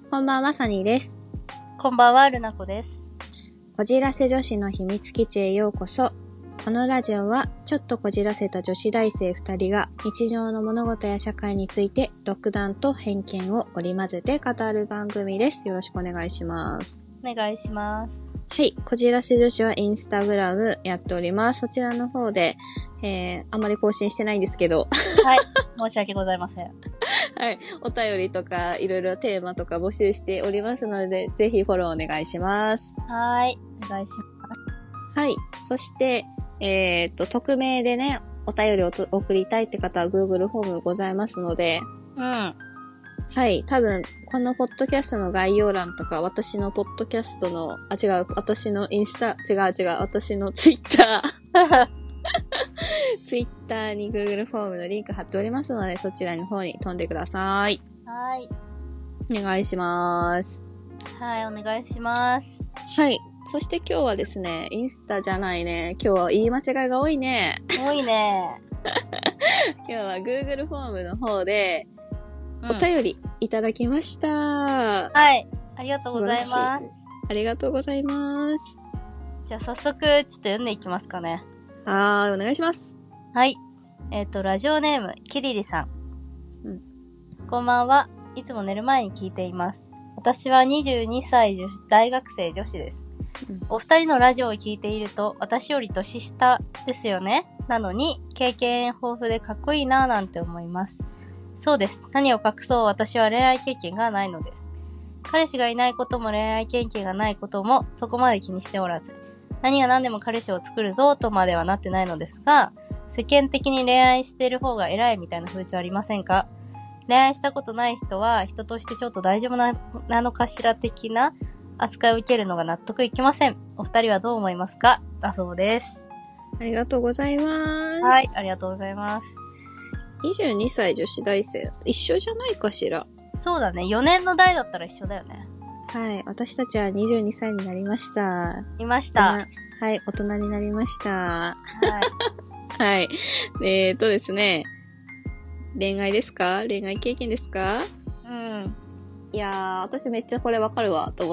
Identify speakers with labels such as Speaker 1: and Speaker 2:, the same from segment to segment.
Speaker 1: こんばんは、サニーです。
Speaker 2: こんばんは、ルナコです。
Speaker 1: こじらせ女子の秘密基地へようこそ。このラジオは、ちょっとこじらせた女子大生2人が日常の物事や社会について独断と偏見を織り交ぜて語る番組です。よろしくお願いします。
Speaker 2: お願いします。
Speaker 1: はい、こじらせ女子はインスタグラムやっております。そちらの方で、あんまり更新してないんですけど。
Speaker 2: はい、申し訳ございません。
Speaker 1: はい、お便りとかいろいろテーマとか募集しておりますので、ぜひフォローお願いします。
Speaker 2: はい、お願いします。
Speaker 1: はい、そして、匿名でね、お便りを送りたいって方は Google フォームございますので、
Speaker 2: うん。
Speaker 1: はい、多分、このポッドキャストの概要欄とか、私のポッドキャストの、私のインスタ、私のツイッター。ツイッターに Google フォームのリンク貼っておりますので、そちらの方に飛んでください。
Speaker 2: はい。
Speaker 1: お願いします。
Speaker 2: はい、お願いします。
Speaker 1: はい。そして今日はですね、インスタじゃないね。今日は言い間違いが多いね。
Speaker 2: 多いね。
Speaker 1: 今日は Google フォームの方で、お便りいただきました。
Speaker 2: はい。ありがとうございます。
Speaker 1: ありがとうございます。
Speaker 2: じゃあ早速、ちょっと読んでいきますかね。
Speaker 1: お願いします。
Speaker 2: はい。ラジオネーム、キリリさん。こんばんは。いつも寝る前に聞いています。私は22歳大学生女子です。お二人のラジオを聞いていると、私より年下ですよね。なのに、経験豊富でかっこいいなぁなんて思います。そうです。何を隠そう、私は恋愛経験がないのです。彼氏がいないことも恋愛経験がないこともそこまで気にしておらず、何が何でも彼氏を作るぞとまではなってないのですが、世間的に恋愛している方が偉いみたいな風潮ありませんか？恋愛したことない人は人としてちょっと大丈夫なのかしら的な扱いを受けるのが納得いきません。お二人はどう思いますか？だそうです。
Speaker 1: ありがとうございます。
Speaker 2: はい、ありがとうございます。
Speaker 1: 22歳女子大生。一緒じゃないかしら。
Speaker 2: そうだね。4年の代だったら一緒だよね。
Speaker 1: はい。私たちは22歳になりました。
Speaker 2: いました。
Speaker 1: はい。大人になりました。
Speaker 2: はい。
Speaker 1: はい。ですね。恋愛ですか？恋愛経験ですか？
Speaker 2: うん。
Speaker 1: いやー、私めっちゃこれわかるわ、と思った。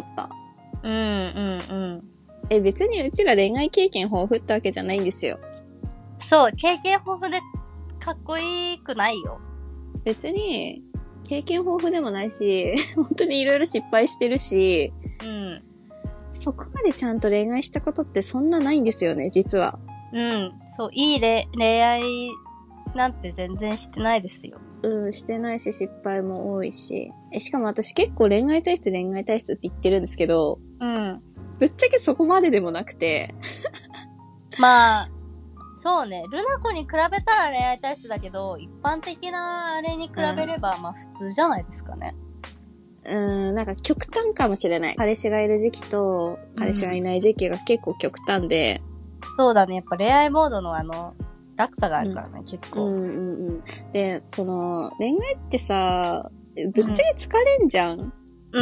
Speaker 1: 別にうちら恋愛経験豊富ってわけじゃないんですよ。
Speaker 2: そう、経験豊富でかっこいいくないよ。
Speaker 1: 別に、経験豊富でもないし、本当にいろいろ失敗してるし、そこまでちゃんと恋愛したことってそんなないんですよね、実は。
Speaker 2: そう、いい恋愛なんて全然してないですよ。
Speaker 1: してないし失敗も多いし。しかも私結構恋愛体質って言ってるんですけど、ぶっちゃけそこまででもなくて。
Speaker 2: まあ、そうね。ルナ子に比べたら恋愛体質だけど、一般的なあれに比べれば、まあ普通じゃないですかね。
Speaker 1: なんか極端かもしれない。彼氏がいる時期と、彼氏がいない時期が結構極端で。
Speaker 2: そうだね。やっぱ恋愛モードの落差があるからね、結構。
Speaker 1: で、恋愛ってさ、ぶっちゃけ疲れんじゃん。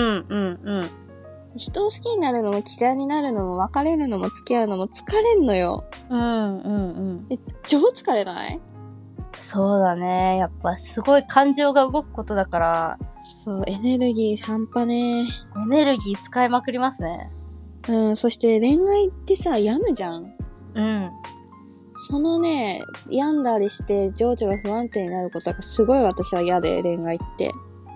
Speaker 1: 人を好きになるのも嫌いになるのも別れるのも付き合うのも疲れんのよ。超疲れない？
Speaker 2: そうだね。やっぱすごい感情が動くことだから。
Speaker 1: そう、エネルギー半端ね。
Speaker 2: エネルギー使いまくりますね。
Speaker 1: そして恋愛ってさ、病むじゃん。そのね、病んだりして情緒が不安定になることがすごい私は嫌で、恋愛って。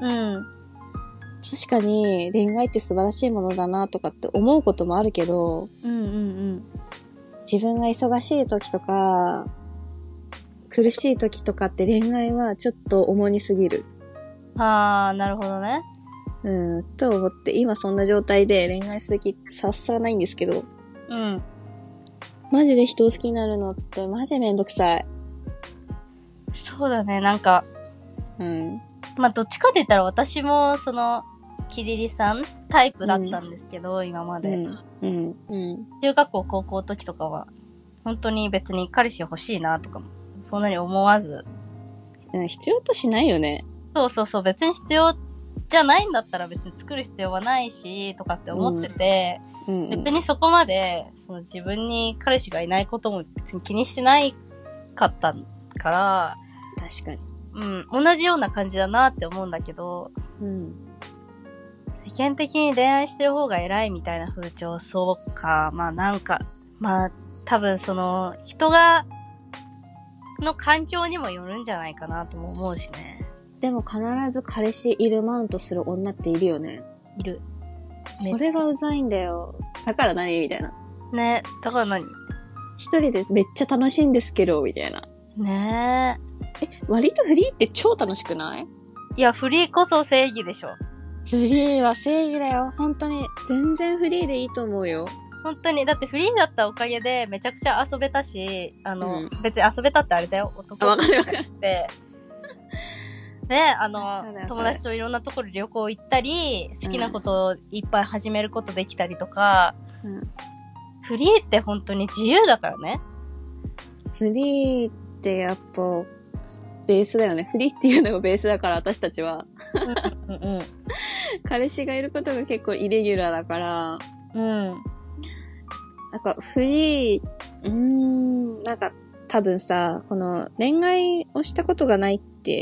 Speaker 1: 確かに恋愛って素晴らしいものだなとかって思うこともあるけど、自分が忙しい時とか、苦しい時とかって恋愛はちょっと重荷すぎる。
Speaker 2: なるほどね。
Speaker 1: と思って、今そんな状態で恋愛する気さっさらないんですけど、マジで人を好きになるのってマジめんどくさい。
Speaker 2: そうだね、なんか、まあ、どっちかって言ったら私も、キリリさんタイプだったんですけど、今まで。中学校、高校の時とかは、本当に別に彼氏欲しいなとかも、そんなに思わず。
Speaker 1: 必要としないよね。
Speaker 2: そう、別に必要じゃないんだったら別に作る必要はないし、とかって思ってて、別にそこまで、自分に彼氏がいないことも別に気にしてないかったから、
Speaker 1: 確かに。
Speaker 2: 同じような感じだなって思うんだけど、 世間的に恋愛してる方が偉いみたいな風潮、そうか。まあなんか、まあ多分その人の環境にもよるんじゃないかなとも思うしね。
Speaker 1: でも必ず彼氏いるマウントする女っているよね。
Speaker 2: いる。
Speaker 1: それがうざいんだよ。だから何みたいな。
Speaker 2: ね、だから何？
Speaker 1: 一人でめっちゃ楽しいんですけど、みたいな。
Speaker 2: ね
Speaker 1: 割とフリーって超楽しくない？
Speaker 2: いや、フリーこそ正義でしょ。
Speaker 1: フリーは正義だよ。本当に。全然フリーでいいと思うよ。
Speaker 2: 本当に。だってフリーだったおかげでめちゃくちゃ遊べたし、別に遊べたってあれだよ。男
Speaker 1: わかるわかる。
Speaker 2: ね、友達といろんなところ旅行行ったり、好きなことをいっぱい始めることできたりとか、フリーって本当に自由だからね。
Speaker 1: フリーってやっぱ、ベースだよね。フリーっていうのがベースだから、私たちは。彼氏がいることが結構イレギュラーだから、なんかフリー、なんか多分さ、この恋愛をしたことがないって、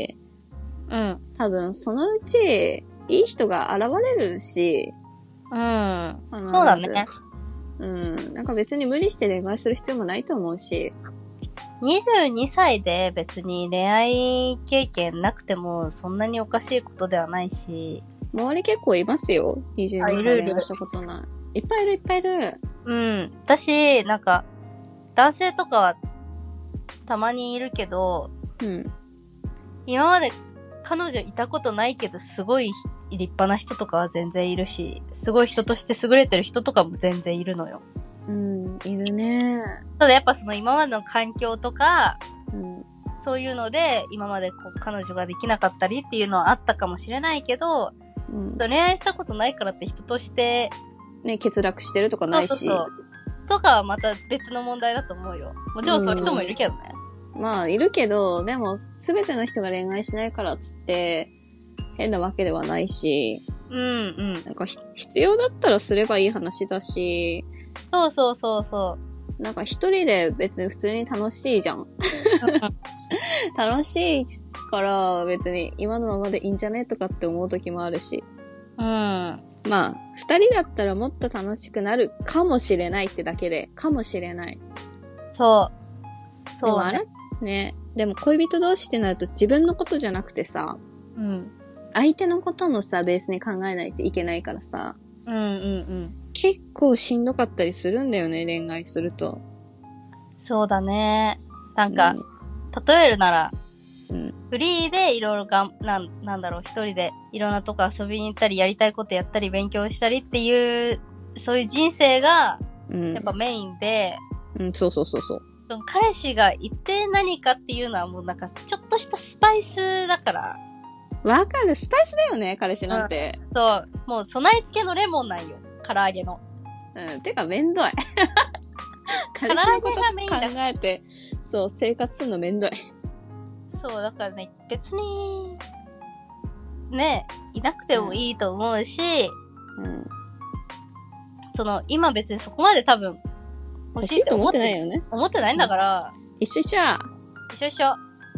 Speaker 1: 多分そのうちいい人が現れるし、
Speaker 2: そうだね。
Speaker 1: なんか別に無理して恋愛する必要もないと思うし。
Speaker 2: 22歳で別に恋愛経験なくてもそんなにおかしいことではないし。
Speaker 1: 周り結構いますよ。22歳で恋愛したことない。いっぱいいるいっぱいいる。
Speaker 2: 私、なんか、男性とかはたまにいるけど、今まで彼女いたことないけどすごい立派な人とかは全然いるし、すごい人として優れてる人とかも全然いるのよ。
Speaker 1: いるね。
Speaker 2: ただやっぱその今までの環境とか、そういうので今までこう彼女ができなかったりっていうのはあったかもしれないけど、恋愛したことないからって人として
Speaker 1: ね、欠落してるとかないし。
Speaker 2: とかはまた別の問題だと思うよ。もちろんそういう人もいるけどね。
Speaker 1: まあいるけど、でも全ての人が恋愛しないからっつって変なわけではないし、なんか必要だったらすればいい話だし、なんか一人で別に普通に楽しいじゃん。楽しいから別に今のままでいいんじゃねとかって思う時もあるし。まあ、二人だったらもっと楽しくなるかもしれないってだけで、かもしれない。
Speaker 2: そう。
Speaker 1: でもね、でも恋人同士ってなると自分のことじゃなくてさ、相手のこともさ、ベースに考えないといけないからさ、結構しんどかったりするんだよね、恋愛すると。
Speaker 2: そうだね。なんか、例えるなら、フリーでいろいろなんだろう、一人でいろんなとこ遊びに行ったり、やりたいことやったり、勉強したりっていう、そういう人生が、やっぱメインで、
Speaker 1: そう。
Speaker 2: 彼氏がいて何かっていうのはもうなんか、ちょっとしたスパイスだから。
Speaker 1: わかる、スパイスだよね、彼氏なんて。
Speaker 2: そう。もう備え付けのレモンなんよ。唐揚げの。
Speaker 1: てかめんどい。彼氏のこと考えて、そう、生活するのめんどい。
Speaker 2: そう、だからね、別に、ね、いなくてもいいと思うし、今別にそこまで多分、欲しいと思ってないよね。思ってないんだから。
Speaker 1: 一緒じゃ。
Speaker 2: 一緒。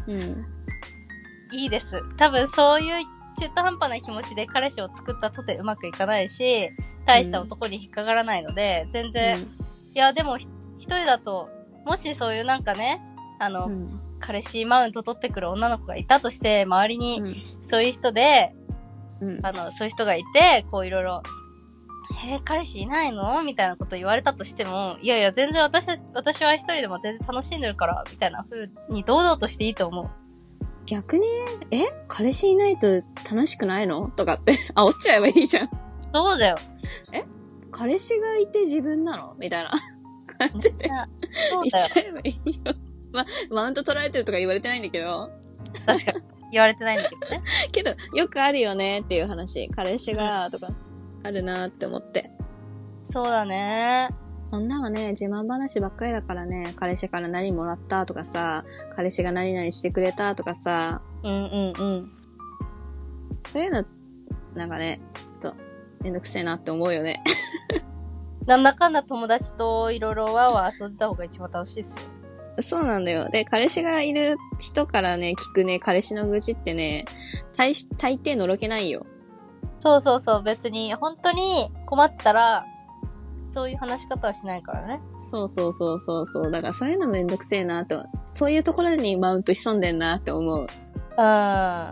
Speaker 2: いいです。多分そういう中途半端な気持ちで彼氏を作ったとてうまくいかないし、大した男に引っかからないので、全然、いや、でも一人だと、もしそういうなんかね、彼氏マウント取ってくる女の子がいたとして、周りにそういう人で、そういう人がいて、こういろいろ、彼氏いないのみたいなこと言われたとしても、いやいや、全然私は一人でも全然楽しんでるから、みたいな風に堂々としていいと思う。
Speaker 1: 逆に、彼氏いないと楽しくないのとかって、煽っちゃえばいいじゃん。
Speaker 2: そうだよ。
Speaker 1: 彼氏がいて自分なのみたいな感じで。言っちゃえばいいよ。マウント取られてるとか言われてないんだけど。
Speaker 2: 確かに。言われてないんだけどね。
Speaker 1: けど、よくあるよねっていう話。彼氏が、とか、あるなって思って。
Speaker 2: そうだね。
Speaker 1: 女はね、自慢話ばっかりだからね、彼氏から何もらったとかさ、彼氏が何々してくれたとかさ。そういうの、なんかね、ちょっと、めんどくせえなって思うよね。
Speaker 2: なんだかんだ友達といろいろわーわー遊んでた方が一番楽しいっすよ。
Speaker 1: そうなんだよ。で、彼氏がいる人からね、聞くね、彼氏の愚痴ってね、大抵のろけないよ。
Speaker 2: そうそうそう、別に、本当に困ってたら、そういう話し方はしないからね。
Speaker 1: そうそうそうそうそう。だからそういうのめんどくせえなと。そういうところにマウント潜んでんなって思う。
Speaker 2: わ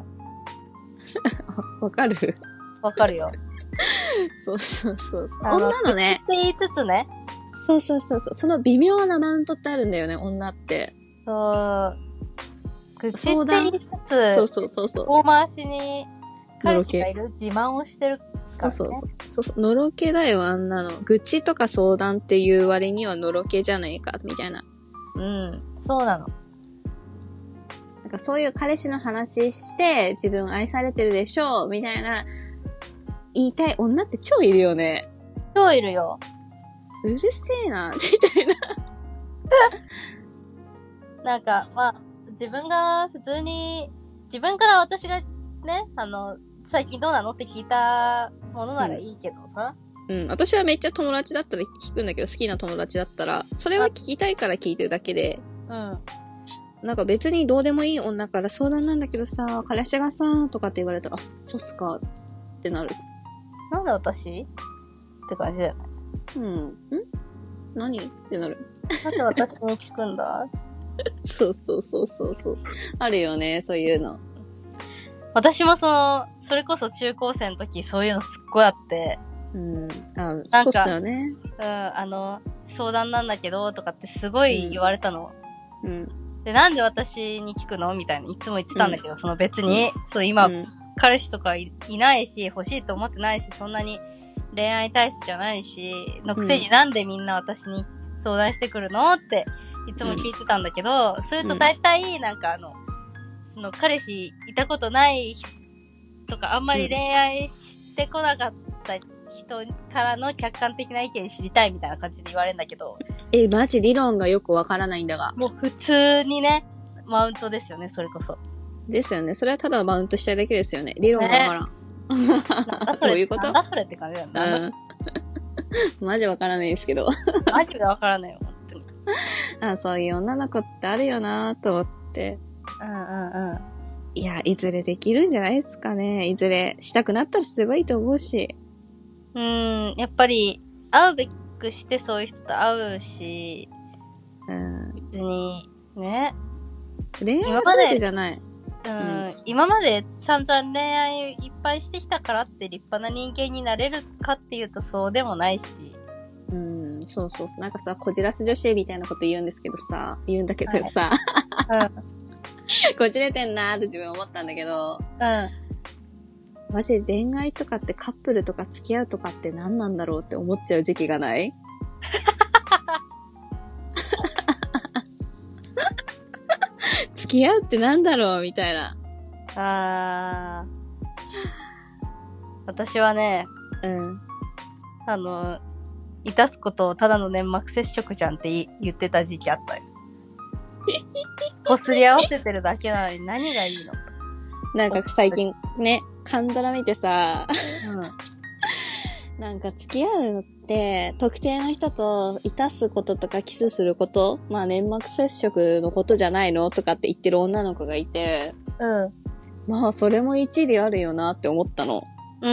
Speaker 1: かる
Speaker 2: わかるよ。
Speaker 1: そうそうそうそう。女のね。
Speaker 2: って言いつつね。
Speaker 1: そうそうそうそう。その微妙なマウントってあるんだよね、女って。
Speaker 2: そう。愚痴って言いつつ、
Speaker 1: そうそうそうそう。
Speaker 2: 遠回しに彼氏がいる自慢をしてるからね。
Speaker 1: そうそうそうそう。のろけだよ、あんなの。愚痴とか相談っていう割にはのろけじゃないか、みたいな。
Speaker 2: うん、そうなの。
Speaker 1: なんかそういう彼氏の話して自分愛されてるでしょうみたいな言いたい女って超いるよね。
Speaker 2: 超いるよ。
Speaker 1: うるせえなみたいな。
Speaker 2: なんかまあ自分が普通に自分から私がね最近どうなのって聞いたものならいいけどさ。
Speaker 1: うん、私はめっちゃ友達だったら聞くんだけど、好きな友達だったらそれは聞きたいから聞いてるだけで。
Speaker 2: うん。
Speaker 1: なんか別にどうでもいい女から相談なんだけどさ、彼氏がさ、とかって言われたら、あ、そうっすか、ってなる。
Speaker 2: なんで私って感じだよね。
Speaker 1: うん。何ってなる。
Speaker 2: なんで私に聞くんだ
Speaker 1: そうそうそうそうそう。あるよね、そういうの。
Speaker 2: 私もそれこそ中高生の時そういうのすっごいあって。
Speaker 1: うん。そうっすよね。
Speaker 2: 相談なんだけど、とかってすごい言われたの。
Speaker 1: うん。
Speaker 2: で、なんで私に聞くのみたいな、いつも言ってたんだけど、その別に、そう今、彼氏とかいないし、欲しいと思ってないし、そんなに恋愛体質じゃないし、のくせになんでみんな私に相談してくるのって、いつも聞いてたんだけど、それと大体、なんかその彼氏いたことないとか、あんまり恋愛してこなかった人からの客観的な意見知りたいみたいな感じで言われるんだけど。
Speaker 1: マジ理論がよくわからないんだが。
Speaker 2: もう普通にね、マウントですよね、それこそ。
Speaker 1: ですよね。それはただマウントしたいだけですよね。理論がわからん。そういうこと
Speaker 2: なんだそれって感じだよね。
Speaker 1: マジわからないですけど。
Speaker 2: マジでわからないよ、本当に。
Speaker 1: そういう女の子ってあるよなと思って。いや、いずれできるんじゃないですかね。いずれしたくなったらすればいいと思うし。
Speaker 2: やっぱり、会うべくしてそういう人と会うし、別に、ね。
Speaker 1: 恋愛は全てじゃない。
Speaker 2: 今まで散々恋愛いっぱいしてきたからって立派な人間になれるかっていうとそうでもないし。
Speaker 1: そうそう。なんかさ、こじらす女子みたいなこと言うんだけどさ。こじれてんなーって自分思ったんだけど。マジ恋愛とかってカップルとか付き合うとかって何なんだろうって思っちゃう時期がない付き合うってなんだろうみたいな。
Speaker 2: 私はね、いたすことをただの粘膜接触じゃんって言ってた時期あったよ。こすり合わせてるだけなのに何がいいの？
Speaker 1: なんか最近ね、カンドラ見てさ、なんか付き合うのって特定の人といたすこととかキスすること、まあ粘膜接触のことじゃないのとかって言ってる女の子がいて、まあそれも一理あるよなって思ったの。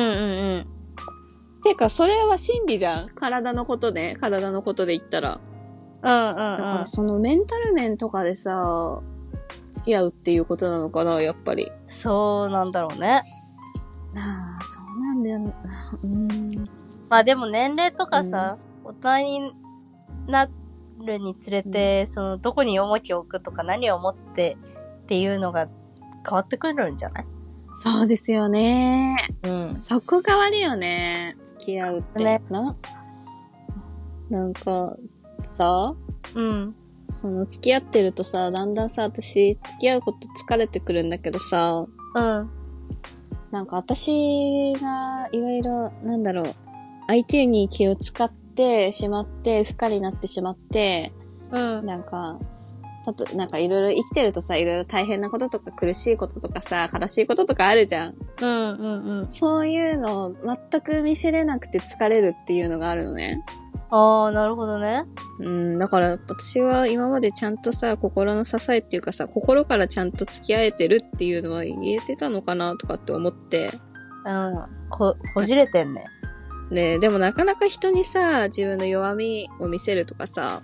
Speaker 1: てかそれは真理じゃん。体のことで言ったら。だからそのメンタル面とかでさ、付き合うっていうことなのかな、やっぱり。
Speaker 2: そうなんだろうね。
Speaker 1: そうなんだよな。
Speaker 2: まあでも年齢とかさ、大人になるにつれて、どこに重きを置くとか何を思ってっていうのが変わってくるんじゃない？
Speaker 1: そうですよね。そこ変わるよね。付き合うって。ね、なんか、さ、その付き合ってるとさ、だんだんさ、私、付き合うこと疲れてくるんだけどさ、なんか私がいろいろ、なんだろう、相手に気を使ってしまって、不可になってしまって、なんかいろいろ生きてるとさ、いろいろ大変なこととか苦しいこととかさ、悲しいこととかあるじゃん。そういうのを全く見せれなくて疲れるっていうのがあるのね。
Speaker 2: なるほどね。
Speaker 1: だから私は今までちゃんとさ、心の支えっていうかさ、心からちゃんと付き合えてるっていうのは言えてたのかなとかって思って。
Speaker 2: こじれてんね。
Speaker 1: ねえ、でもなかなか人にさ、自分の弱みを見せるとかさ、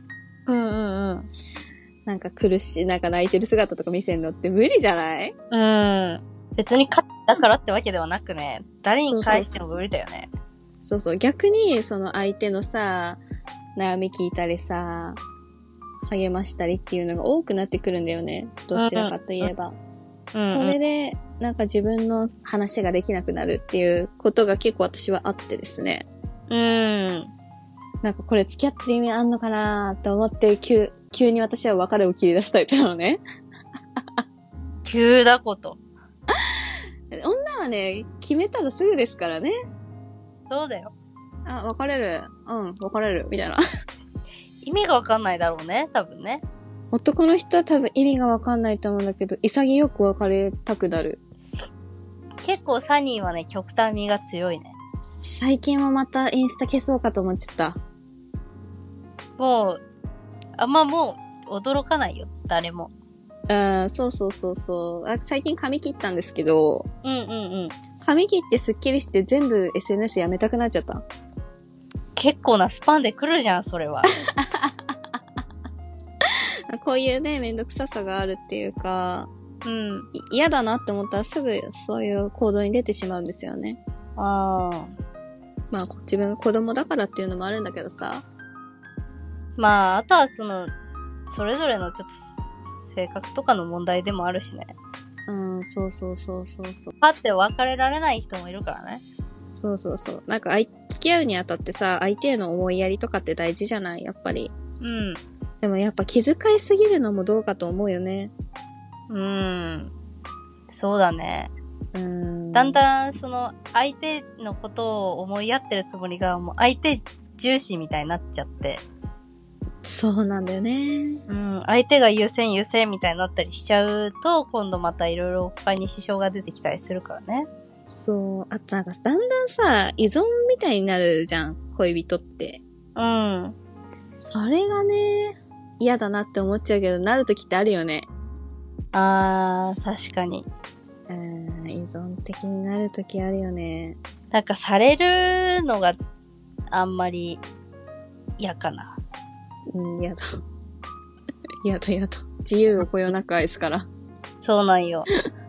Speaker 1: なんか苦しい、なんか泣いてる姿とか見せるのって無理じゃない？
Speaker 2: 別に勝ったからってわけではなくね、誰に返しても無理だよね。
Speaker 1: そうそう、逆に、その相手のさ、悩み聞いたりさ、励ましたりっていうのが多くなってくるんだよね。どちらかといえば。それで、なんか自分の話ができなくなるっていうことが結構私はあってですね。なんかこれ付き合ってる意味あんのかなーって思って急に私は別れを切り出すタイプなのね。
Speaker 2: 急だこと。
Speaker 1: 女はね、決めたらすぐですからね。
Speaker 2: そうだよ。
Speaker 1: あ、別れる。別れる。みたいな。
Speaker 2: 意味がわかんないだろうね、多分ね。
Speaker 1: 男の人は多分意味がわかんないと思うんだけど、潔く別れたくなる。
Speaker 2: 結構サニーはね、極端味が強いね。
Speaker 1: 最近はまたインスタ消そうかと思っちゃった。
Speaker 2: もう、もう、驚かないよ、誰も。
Speaker 1: そうそうそうそう。最近髪切ったんですけど、髪切ってスッキリして全部 SNS やめたくなっちゃった。
Speaker 2: 結構なスパンで来るじゃん、それは。
Speaker 1: こういうね、めんどくささがあるっていうか、嫌だなって思ったらすぐそういう行動に出てしまうんですよね。まあ、自分が子供だからっていうのもあるんだけどさ。
Speaker 2: まあ、あとはそれぞれのちょっと性格とかの問題でもあるしね。
Speaker 1: そうそう。
Speaker 2: パって別れられない人もいるからね。
Speaker 1: そう。なんか付き合うにあたってさ、相手への思いやりとかって大事じゃない？やっぱり。でもやっぱ気遣いすぎるのもどうかと思うよね。
Speaker 2: そうだね。だんだん相手のことを思いやってるつもりがもう相手重視みたいになっちゃって。
Speaker 1: そうなんだよね。
Speaker 2: 相手が優先みたいになったりしちゃうと、今度またいろいろ他に支障が出てきたりするからね。
Speaker 1: そう。あとなんかだんだんさ、依存みたいになるじゃん、恋人って。それがね、嫌だなって思っちゃうけど、なるときってあるよね。
Speaker 2: 確かに。
Speaker 1: 依存的になるときあるよね。
Speaker 2: なんかされるのがあんまり嫌かな。
Speaker 1: 嫌だ。嫌だ。自由をこよなく愛すから。
Speaker 2: そうなんよ。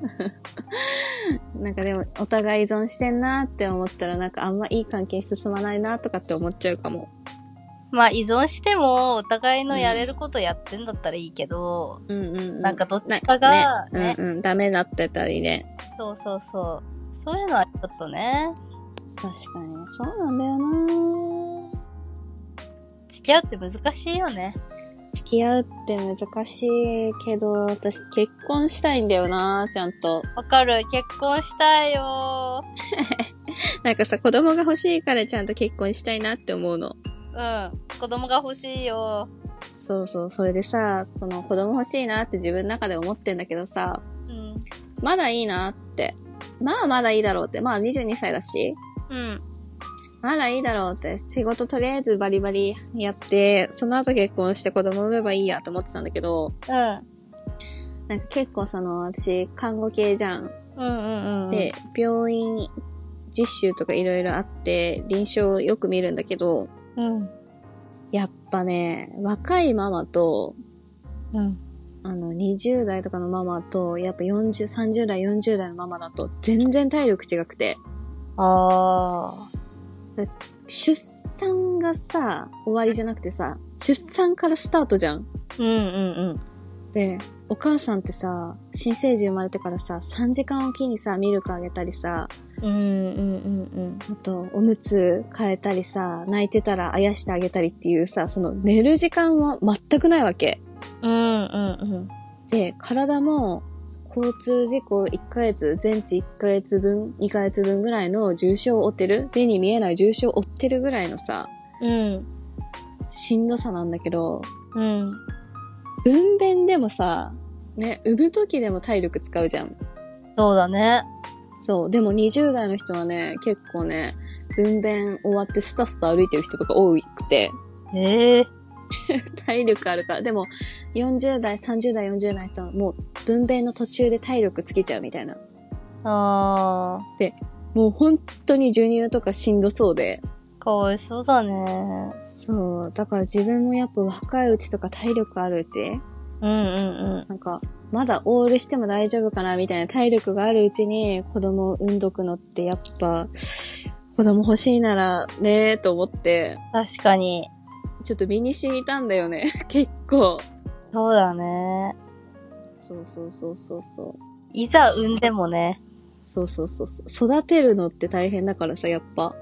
Speaker 1: なんかでも、お互い依存してんなって思ったら、なんかあんまいい関係進まないなとかって思っちゃうかも。
Speaker 2: まあ依存しても、お互いのやれることやってんだったらいいけど、なんかどっちかがね、
Speaker 1: ダメだってたりね。
Speaker 2: そう。そういうのはちょっとね。
Speaker 1: 確かに、そうなんだよな。
Speaker 2: 付き合うって難しいよね。
Speaker 1: 付き合うって難しいけど、私結婚したいんだよな、ちゃんと。
Speaker 2: わかる、結婚したいよ。
Speaker 1: なんかさ、子供が欲しいからちゃんと結婚したいなって思うの。
Speaker 2: 子供が欲しいよ。
Speaker 1: そう、それでさ、子供欲しいなって自分の中で思ってんだけどさ、まだいいなって。まだいいだろうって。まあ22歳だし。まだいいだろうって。仕事とりあえずバリバリやって、その後結婚して子供産めばいいやと思ってたんだけど、なんか結構私、看護系じゃん。で、病院実習とかいろいろあって、臨床よく見るんだけど、やっぱね、若いママと、20代とかのママと、やっぱ30代、40代のママだと全然体力違くて。出産がさ、終わりじゃなくてさ、出産からスタートじゃん。で、お母さんってさ、新生児生まれてからさ、3時間おきにさ、ミルクあげたりさ、あと、おむつ変えたりさ、泣いてたらあやしてあげたりっていうさ、寝る時間は全くないわけ。で、体も、交通事故1ヶ月、全治1ヶ月分、2ヶ月分ぐらいの重傷を負ってる、目に見えない重傷を負ってるぐらいのさ、しんどさなんだけど、分娩でもさ、ね、産む時でも体力使うじゃん。
Speaker 2: そうだね。
Speaker 1: そう。でも20代の人はね、結構ね、分娩終わってスタスタ歩いてる人とか多くて。体力あるから。でも、40代、30代、40代の人はもう分娩の途中で体力つけちゃうみたいな。で、 もう本当に授乳とかしんどそうで。
Speaker 2: かわいそうだね。
Speaker 1: そう。だから自分もやっぱ若いうちとか体力あるうち、なんか、まだオールしても大丈夫かなみたいな体力があるうちに子供を産んどくのってやっぱ、子供欲しいならねーと思って。
Speaker 2: 確かに。
Speaker 1: ちょっと身に染みたんだよね。結構。
Speaker 2: そうだね。
Speaker 1: そう。
Speaker 2: いざ産んでもね。
Speaker 1: そう。育てるのって大変だからさ、やっぱ。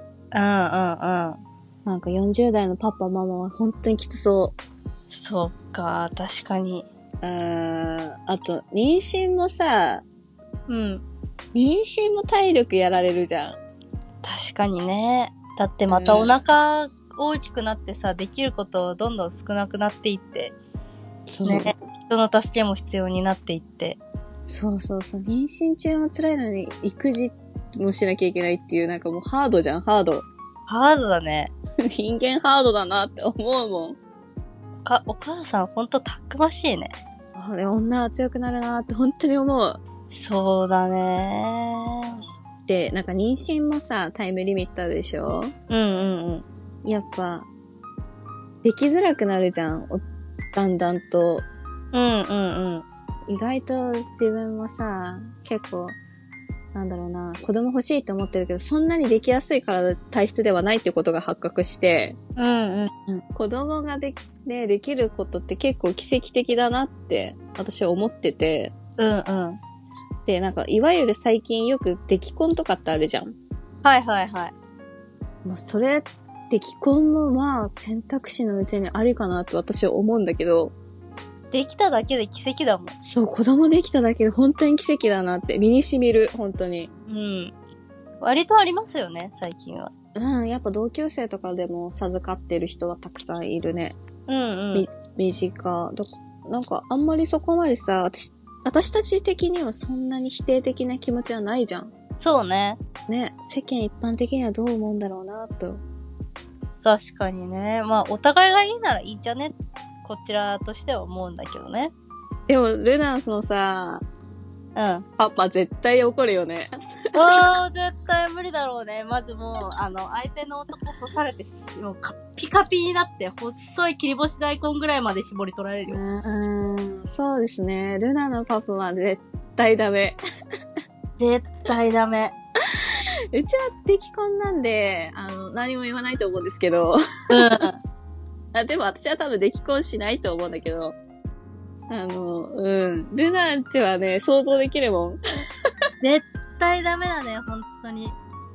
Speaker 1: なんか40代のパパママは本当にきつそう。
Speaker 2: そっか、確かに。
Speaker 1: あと、妊娠もさ、妊娠も体力やられるじゃん。
Speaker 2: 確かにね。だってまたお腹大きくなってさ、できることどんどん少なくなっていって。
Speaker 1: そう。
Speaker 2: ね。人の助けも必要になっていって。
Speaker 1: そう。妊娠中も辛いのに、育児もしなきゃいけないっていう、なんかもうハードじゃん、ハード。
Speaker 2: ハードだね。
Speaker 1: 人間ハードだなって思うもん。
Speaker 2: お母さんほんとたくましいね。
Speaker 1: 女は強くなるなって本当に思う。
Speaker 2: そうだね。
Speaker 1: で、なんか妊娠もさ、タイムリミットあるでしょ？やっぱ、できづらくなるじゃん。だんだんと。意外と自分もさ、結構、なんだろうな、子供欲しいと思ってるけど、そんなにできやすい体質ではないっていうことが発覚して、子供ができることって結構奇跡的だなって私は思ってて、で、なんかいわゆる最近よく出来婚とかってあるじゃん。
Speaker 2: はい。
Speaker 1: まあそれ、出来婚もまあ選択肢のうちにありかなと私は思うんだけど、
Speaker 2: できただけで奇跡だもん。
Speaker 1: そう、子供できただけで本当に奇跡だなって身に染みる、本当に。
Speaker 2: 割とありますよね、最近は。
Speaker 1: やっぱ同級生とかでも授かってる人はたくさんいるね。身近。なんかあんまりそこまでさ、私たち的にはそんなに否定的な気持ちはないじゃん。
Speaker 2: そうね。
Speaker 1: ね、世間一般的にはどう思うんだろうなと。
Speaker 2: 確かにね。まあ、お互いがいいならいいんじゃね、こちらとしては思うんだけどね。
Speaker 1: でも、ルナのさ、パパ絶対怒るよね。
Speaker 2: 絶対無理だろうね。まずもう、相手の男干されてもうカッピカピになって、細い切り干し大根ぐらいまで絞り取られるよ。
Speaker 1: そうですね。ルナのパパは絶対ダメ。
Speaker 2: 絶対ダメ。
Speaker 1: うちは出来婚なんで、何も言わないと思うんですけど。でも私は多分出来婚しないと思うんだけど。ルナんちはね、想像できるもん。
Speaker 2: 絶対ダメだね、本当に。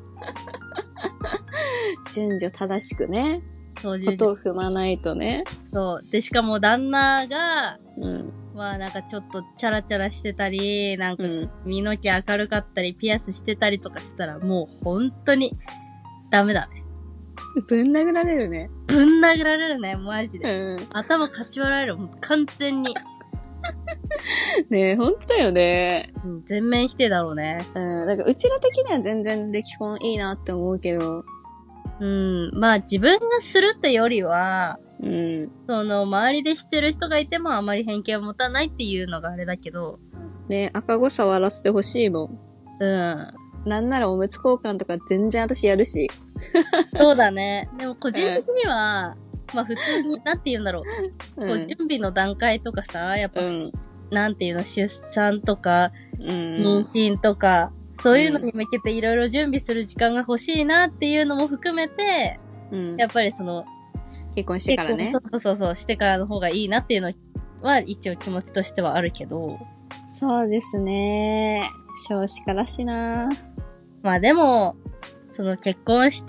Speaker 1: 順序正しくね。
Speaker 2: そう、
Speaker 1: ことを踏まないとね。
Speaker 2: そう。で、しかも旦那が、なんかちょっとチャラチャラしてたり、なんか身の毛明るかったり、ピアスしてたりとかしたら、もう本当にダメだね。
Speaker 1: ぶん殴られるね。
Speaker 2: ぶん殴られるね、マジで。頭かち割られる、もう完全に。
Speaker 1: ねえ、ほんとだよね。
Speaker 2: 全面否定だろうね。
Speaker 1: なんかうちら的には全然出来婚いいなって思うけど。
Speaker 2: まあ自分がするってよりは、周りで知ってる人がいてもあまり偏見を持たないっていうのがあれだけど。
Speaker 1: ね、赤子触らせてほしいもん。なんならおむつ交換とか全然私やるし。
Speaker 2: そうだね。でも個人的には、まあ普通に、なんて言うんだろう。準備の段階とかさ、やっぱ、なんていうの、出産とか、妊娠とか、そういうのに向けていろいろ準備する時間が欲しいなっていうのも含めて、やっぱりその、
Speaker 1: 結婚してからね。
Speaker 2: そう、してからの方がいいなっていうのは一応気持ちとしてはあるけど。
Speaker 1: そうですね。少子化だしな。
Speaker 2: まあでも、その結婚して、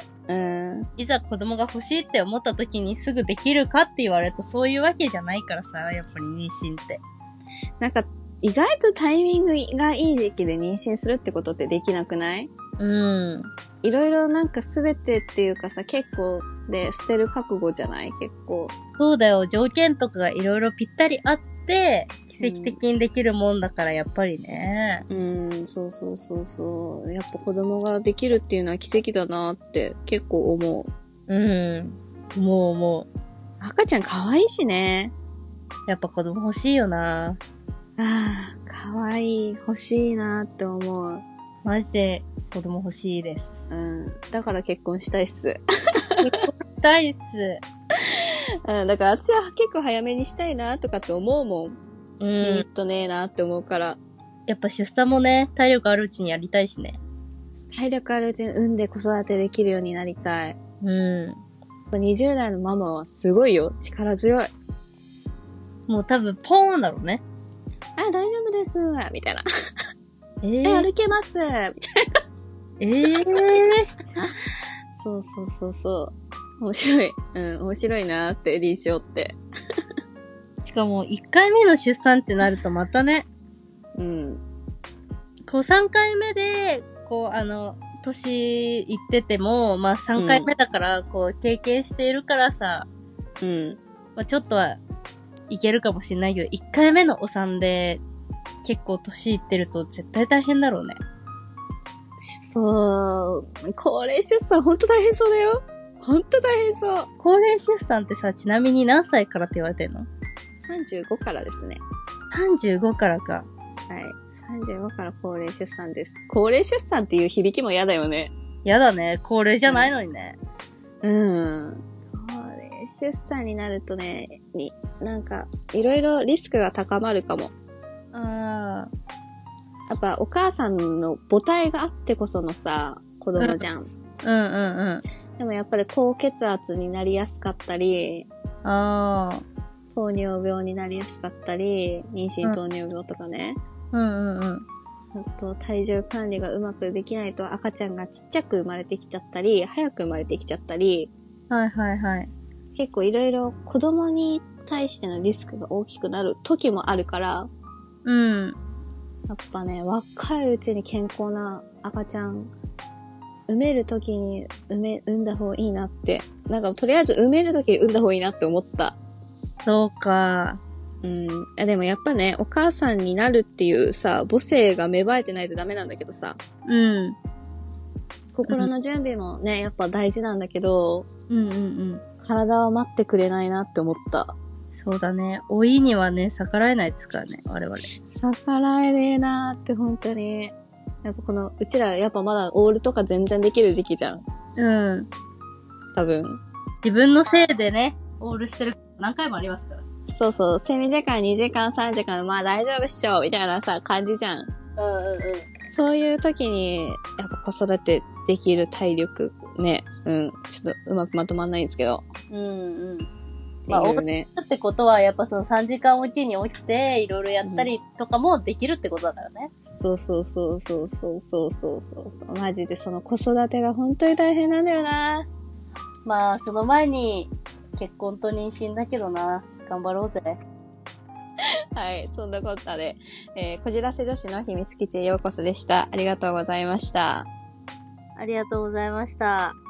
Speaker 2: いざ子供が欲しいって思った時にすぐできるかって言われるとそういうわけじゃないからさ、やっぱり妊娠って。
Speaker 1: なんか、意外とタイミングがいい時期で妊娠するってことってできなくない？いろいろなんか全てっていうかさ、結構で捨てる覚悟じゃない？結構。
Speaker 2: そうだよ、条件とかがいろいろぴったりあって、奇跡的にできるもんだからやっぱりね。
Speaker 1: そう。やっぱ子供ができるっていうのは奇跡だなって結構思う。
Speaker 2: もう。
Speaker 1: 赤ちゃん可愛いしね。
Speaker 2: やっぱ子供欲しいよな。
Speaker 1: 可愛い、欲しいなって思う。
Speaker 2: マジで子供欲しいです。
Speaker 1: うん。だから結婚したいっす。
Speaker 2: 結婚したいっす。
Speaker 1: うん。だから私は結構早めにしたいなとかって思うもん。リミットねえなって思うから。
Speaker 2: やっぱ出産もね、体力あるうちにやりたいしね。
Speaker 1: 体力あるうちに産んで子育てできるようになりたい。
Speaker 2: うん。
Speaker 1: 20代のママはすごいよ。力強い。
Speaker 2: もう多分ポーンだろうね。
Speaker 1: あ、大丈夫です。みたいな。歩けます。みたいな。そうそうそうそう。面白い。うん、面白いなーって、臨床って。
Speaker 2: しかも、1回目の出産ってなるとまたね。
Speaker 1: うん。
Speaker 2: こう3回目で、こう年いってても、まあ3回目だから、こう経験しているからさ、
Speaker 1: うん。
Speaker 2: まあちょっとはいけるかもしれないけど、1回目のお産で結構年いってると絶対大変だろうね。
Speaker 1: そう。高齢出産ほんと大変そうだよ。ほんと大変そう。
Speaker 2: 高齢出産ってさ、ちなみに何歳からって言われてんの？
Speaker 1: 35からですね。
Speaker 2: 35からか。
Speaker 1: はい。35から高齢出産です。高齢出産っていう響きも嫌だよね。
Speaker 2: やだね。高齢じゃないのにね。
Speaker 1: うん。高齢出産になるとね、なんか、いろいろリスクが高まるかも。
Speaker 2: や
Speaker 1: っぱお母さんの母体があってこそのさ、子供じゃん。でもやっぱり高血圧になりやすかったり、糖尿病になりやすかったり、妊娠糖尿病とかね。あと体重管理がうまくできないと赤ちゃんがちっちゃく生まれてきちゃったり、早く生まれてきちゃったり。結構いろいろ子供に対してのリスクが大きくなる時もあるから。やっぱね、若いうちに健康な赤ちゃん、産める時に産んだ方がいいなって。なんかとりあえず産める時に産んだ方がいいなって思った。
Speaker 2: そうか。
Speaker 1: でもやっぱね、お母さんになるっていうさ、母性が芽生えてないとダメなんだけどさ。心の準備もね、やっぱ大事なんだけど、体は待ってくれないなって思った。
Speaker 2: そうだね。老いにはね、逆らえないですからね、我々。
Speaker 1: 逆らえねえなーって本当に。やっぱうちらやっぱまだオールとか全然できる時期じゃん。多分。
Speaker 2: 自分のせいでね、オールしてる何回もありますから。
Speaker 1: そうそう。セミ時間2時間3時間、まあ大丈夫っしょみたいなさ、感じじゃん。そういう時に、やっぱ子育てできる体力ね、ちょっとうまくまとまんないんですけど。
Speaker 2: まあ、ってことは、やっぱその3時間おきに起きて、いろいろやったりとかもできるってことだからね。
Speaker 1: そう。マジでその子育てが本当に大変なんだよな。
Speaker 2: まあ、その前に、結婚と妊娠だけどな。頑張ろうぜ。
Speaker 1: はい、そんなこったで、こじらせ女子の秘密基地へようこそでした。ありがとうございました。
Speaker 2: ありがとうございました。